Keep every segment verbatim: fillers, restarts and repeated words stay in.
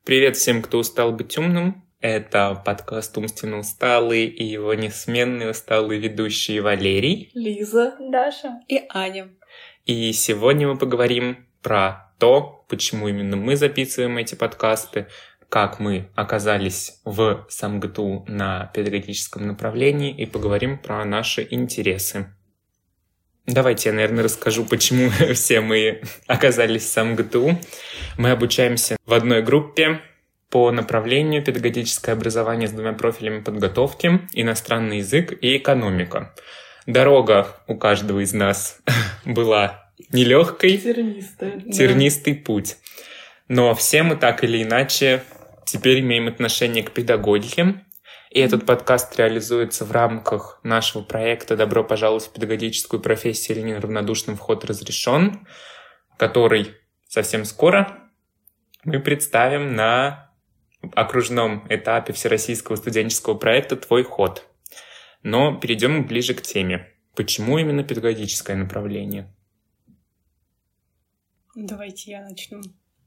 Привет всем, кто устал быть умным. Это подкаст «Умственно усталый» и его несменные усталые ведущие Валерий, Лиза, Даша и Аня. И сегодня мы поговорим про то, почему именно мы записываем эти подкасты, как мы оказались в СамГТУ на педагогическом направлении, и поговорим про наши интересы. Давайте я, наверное, расскажу, почему все мы оказались в СамГТУ. Мы обучаемся в одной группе по направлению педагогическое образование с двумя профилями подготовки, иностранный язык и экономика. Дорога у каждого из нас была нелегкой, тернистая, тернистый да. путь. Но все мы так или иначе теперь имеем отношение к педагогике. И этот подкаст реализуется в рамках нашего проекта «Добро пожаловать в педагогическую профессию» или «Неравнодушным вход разрешен», который совсем скоро мы представим на окружном этапе Всероссийского студенческого проекта «Твой ход». Но перейдем ближе к теме. Почему именно педагогическое направление? Давайте я начну.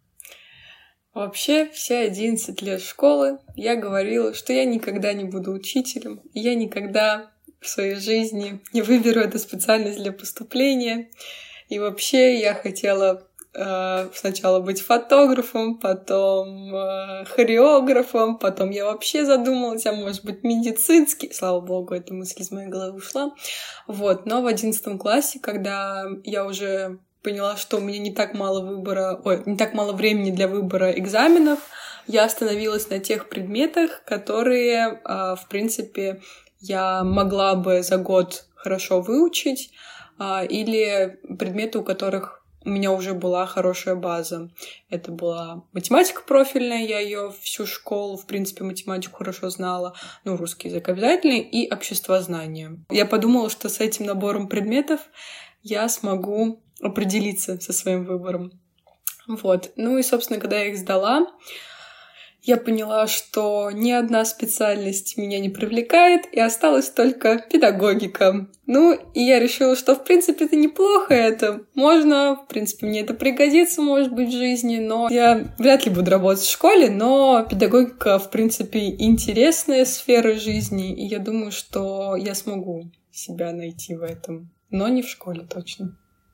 Вообще, все одиннадцать лет школы я говорила, что я никогда не буду учителем, и я никогда в своей жизни не выберу эту специальность для поступления. И вообще я хотела э, сначала быть фотографом, потом э, хореографом, потом я вообще задумалась, а может быть медицинский. Слава богу, эта мысль из моей головы ушла. Вот. Но в одиннадцатом классе, когда я уже поняла, что у меня не так мало выбора, ой, не так мало времени для выбора экзаменов, я остановилась на тех предметах, которые, в принципе, я могла бы за год хорошо выучить, или предметы, у которых у меня уже была хорошая база. Это была математика профильная, я ее всю школу, в принципе, математику хорошо знала, ну, русский язык обязательный, и обществознание. Я подумала, что с этим набором предметов я смогу определиться со своим выбором. Вот. Ну и, собственно, когда я их сдала, я поняла, что ни одна специальность меня не привлекает, и осталась только педагогика. Ну, и я решила, что, в принципе, это неплохо, это можно, в принципе, мне это пригодится, может быть, в жизни, но я вряд ли буду работать в школе, но педагогика, в принципе, интересная сфера жизни, и я думаю, что я смогу себя найти в этом, но не в школе точно.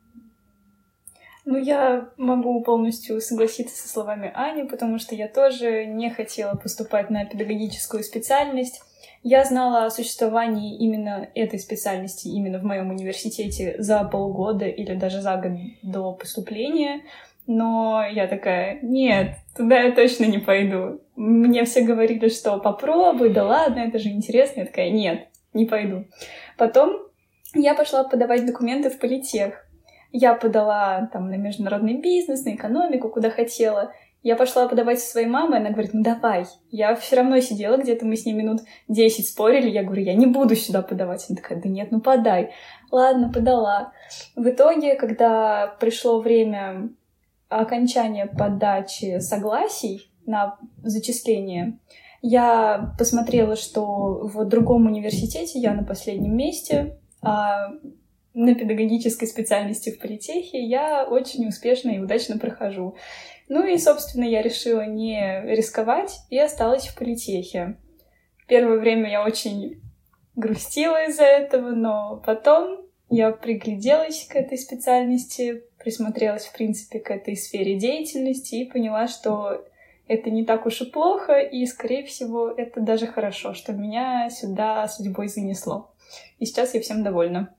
Ну, я могу полностью согласиться со словами Ани, потому что я тоже не хотела поступать на педагогическую специальность. Я знала о существовании именно этой специальности именно в моем университете за полгода или даже за год до поступления, но я такая: нет, туда я точно не пойду. Мне все говорили, что попробуй, да ладно, это же интересно. Я такая: нет, не пойду. Потом я пошла подавать документы в политех. Я подала там на международный бизнес, на экономику, куда хотела. Я пошла подавать со своей мамой, она говорит: ну давай. Я все равно сидела где-то, мы с ней минут десять спорили. Я говорю: я не буду сюда подавать. Она такая: да нет, ну подай. Ладно, подала. В итоге, когда пришло время окончания подачи согласий на зачисление, я посмотрела, что в другом университете я на последнем месте, а на педагогической специальности в политехе я очень успешно и удачно прохожу. Ну и, собственно, я решила не рисковать и осталась в политехе. Первое время я очень грустила из-за этого, но потом я пригляделась к этой специальности, присмотрелась, в принципе, к этой сфере деятельности и поняла, что это не так уж и плохо, и, скорее всего, это даже хорошо, что меня сюда судьбой занесло. И сейчас я всем довольна.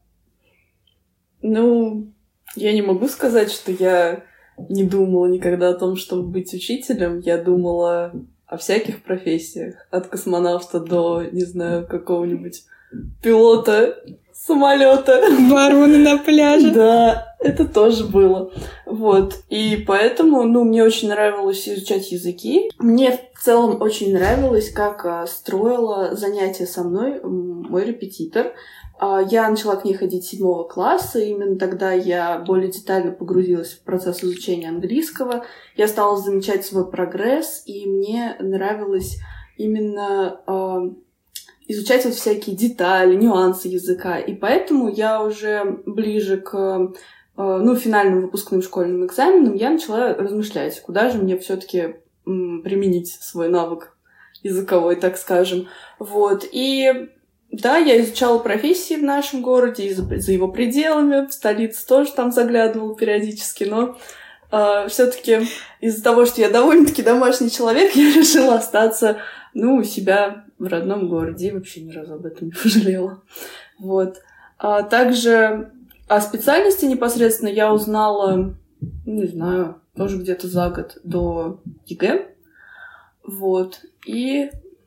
Ну, я не могу сказать, что я не думала никогда о том, чтобы быть учителем. Я думала о всяких профессиях. От космонавта до, не знаю, какого-нибудь пилота самолета. Бармена на пляже. Да, это тоже было. Вот. И поэтому, ну, мне очень нравилось изучать языки. Мне в целом очень нравилось, как строила занятия со мной мой репетитор. Я начала к ней ходить с седьмого класса, и именно тогда я более детально погрузилась в процесс изучения английского. Я стала замечать свой прогресс, и мне нравилось именно э, изучать вот всякие детали, нюансы языка. И поэтому я уже ближе к э, ну, финальным выпускным школьным экзаменам я начала размышлять, куда же мне все-таки м, применить свой навык языковой, так скажем. Вот. И да, я изучала профессии в нашем городе и за, за его пределами. В столице тоже там заглядывала периодически, но э, все-таки из-за того, что я довольно-таки домашний человек, я решила остаться, ну, у себя в родном городе. И вообще ни разу об этом не пожалела. Вот. А также о специальности непосредственно я узнала, не знаю, тоже где-то за год до ЕГЭ. Вот. И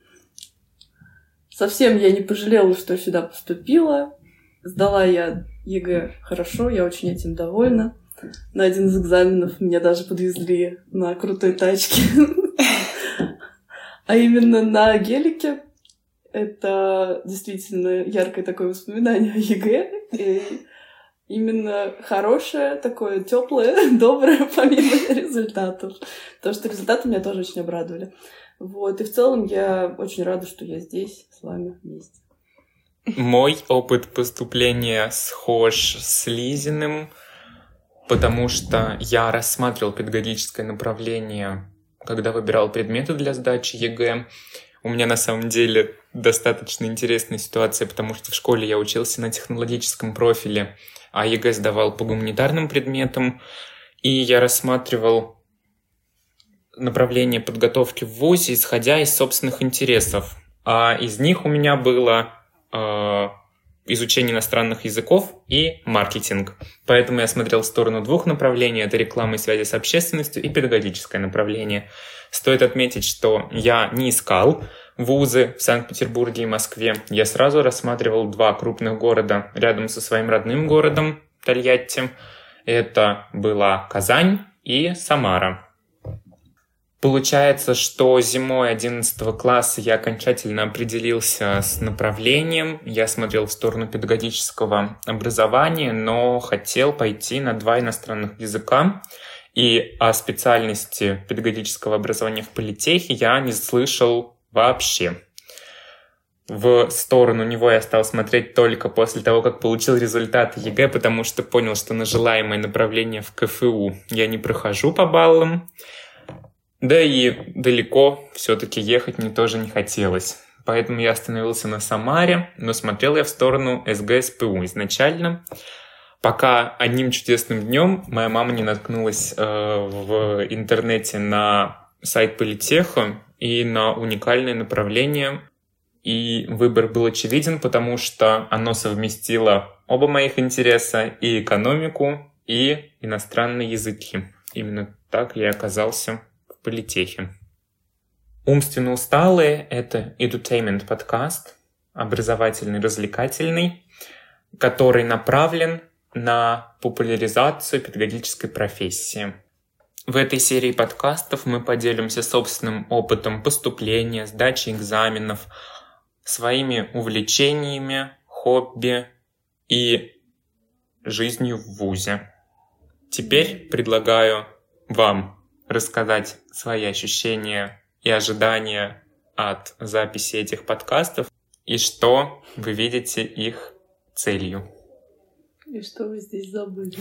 совсем я не пожалела, что сюда поступила. Сдала я ЕГЭ хорошо, я очень этим довольна. На один из экзаменов меня даже подвезли на крутой тачке. А именно на гелике. Это действительно яркое такое воспоминание о ЕГЭ. И именно хорошее, такое теплое, доброе, помимо результатов. Потому что результаты меня тоже очень обрадовали. Вот. И в целом я очень рада, что я здесь с вами вместе. Мой опыт поступления схож с Лизиным, потому что я рассматривал педагогическое направление, когда выбирал предметы для сдачи ЕГЭ. У меня на самом деле достаточно интересная ситуация, потому что в школе я учился на технологическом профиле, а ЕГЭ сдавал по гуманитарным предметам, и я рассматривал направление подготовки в вузе, исходя из собственных интересов. А из них у меня было э, изучение иностранных языков и маркетинг. Поэтому я смотрел в сторону двух направлений. Это реклама и связи с общественностью и педагогическое направление. Стоит отметить, что я не искал вузы в Санкт-Петербурге и Москве. Я сразу рассматривал два крупных города рядом со своим родным городом Тольятти. Это была Казань и Самара. Получается, что зимой одиннадцатого класса я окончательно определился с направлением. Я смотрел в сторону педагогического образования, но хотел пойти на два иностранных языка. И о специальности педагогического образования в политехе я не слышал вообще. В сторону него я стал смотреть только после того, как получил результаты ЕГЭ, потому что понял, что на желаемое направление в КФУ я не прохожу по баллам. Да и далеко все-таки ехать мне тоже не хотелось. Поэтому я остановился на Самаре, но смотрел я в сторону СГСПУ изначально, пока одним чудесным днем моя мама не наткнулась э, в интернете на сайт политеха и на уникальное направление. И выбор был очевиден, потому что оно совместило оба моих интереса: и экономику, и иностранные языки. Именно так я оказался в политехе. «Умственно усталые» — это edutainment подкаст, образовательный, развлекательный, который направлен на популяризацию педагогической профессии. В этой серии подкастов мы поделимся собственным опытом поступления, сдачи экзаменов, своими увлечениями, хобби и жизнью в вузе. Теперь предлагаю вам рассказать свои ощущения и ожидания от записи этих подкастов и что вы видите их целью. И что вы здесь забыли?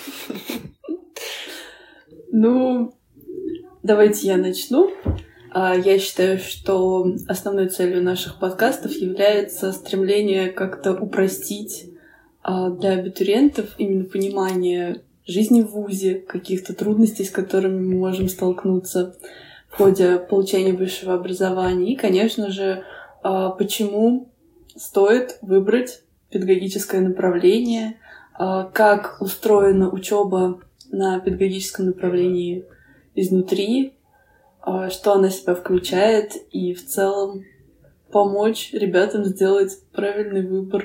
Ну, давайте я начну. Я считаю, что основной целью наших подкастов является стремление как-то упростить для абитуриентов именно понимание жизни в вузе, каких-то трудностей, с которыми мы можем столкнуться в ходе получения высшего образования. И, конечно же, почему стоит выбрать педагогическое направление, как устроена учеба на педагогическом направлении изнутри, что она в себя включает, и в целом помочь ребятам сделать правильный выбор.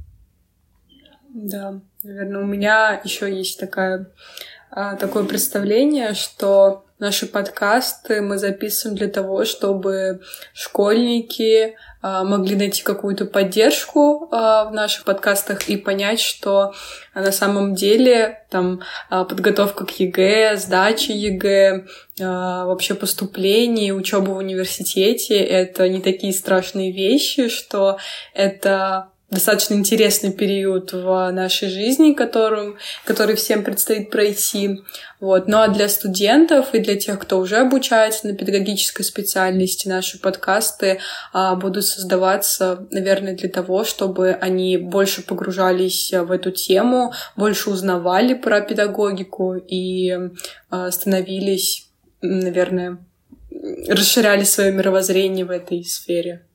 Да, наверное, у меня еще есть такая, такое представление, что наши подкасты мы записываем для того, чтобы школьники могли найти какую-то поддержку в наших подкастах и понять, что на самом деле там подготовка к ЕГЭ, сдача ЕГЭ, вообще поступление, учеба в университете — это не такие страшные вещи, что это достаточно интересный период в нашей жизни, которым, который всем предстоит пройти. Вот. Ну а для студентов и для тех, кто уже обучается на педагогической специальности, наши подкасты а, будут создаваться, наверное, для того, чтобы они больше погружались в эту тему, больше узнавали про педагогику и а, становились, наверное, расширяли свое мировоззрение в этой сфере.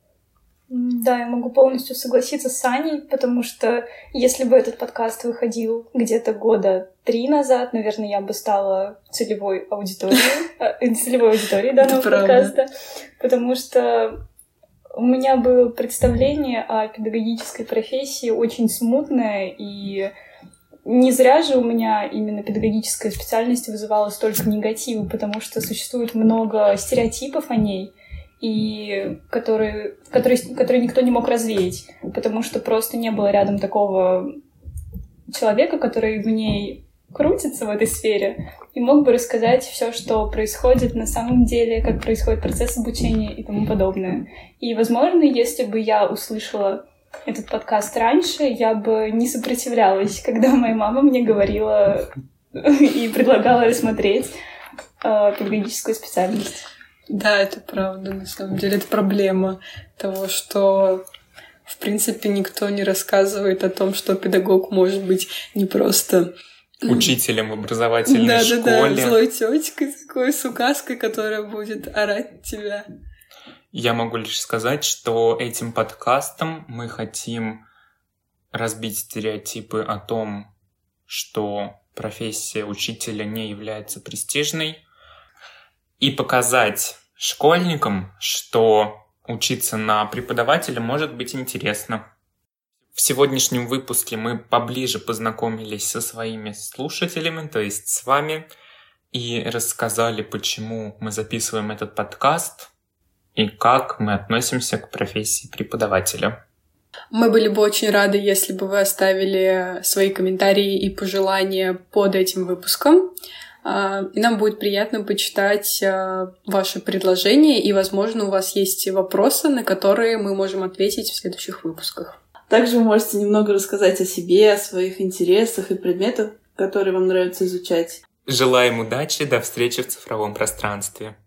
Да, я могу полностью согласиться с Аней, потому что если бы этот подкаст выходил где-то года три назад, наверное, я бы стала целевой аудиторией, целевой аудиторией данного подкаста, потому что у меня было представление о педагогической профессии очень смутное, и не зря же у меня именно педагогическая специальность вызывала столько негатива, потому что существует много стереотипов о ней, и которые, которые, которые никто не мог развеять, потому что просто не было рядом такого человека, который в ней крутится в этой сфере и мог бы рассказать все, что происходит на самом деле, как происходит процесс обучения и тому подобное. И, возможно, если бы я услышала этот подкаст раньше, я бы не сопротивлялась, когда моя мама мне говорила и предлагала рассмотреть э, педагогическую специальность. Да, это правда, на самом деле. Это проблема того, что, в принципе, никто не рассказывает о том, что педагог может быть не просто учителем в образовательной да, школе. Да, да, злой тётькой такой, с указкой, которая будет орать тебя. Я могу лишь сказать, что этим подкастом мы хотим разбить стереотипы о том, что профессия учителя не является престижной, и показать школьникам, что учиться на преподавателя может быть интересно. В сегодняшнем выпуске мы поближе познакомились со своими слушателями, то есть с вами, и рассказали, почему мы записываем этот подкаст и как мы относимся к профессии преподавателя. Мы были бы очень рады, если бы вы оставили свои комментарии и пожелания под этим выпуском. И нам будет приятно почитать ваши предложения, и, возможно, у вас есть вопросы, на которые мы можем ответить в следующих выпусках. Также вы можете немного рассказать о себе, о своих интересах и предметах, которые вам нравится изучать. Желаем удачи, до встречи в цифровом пространстве.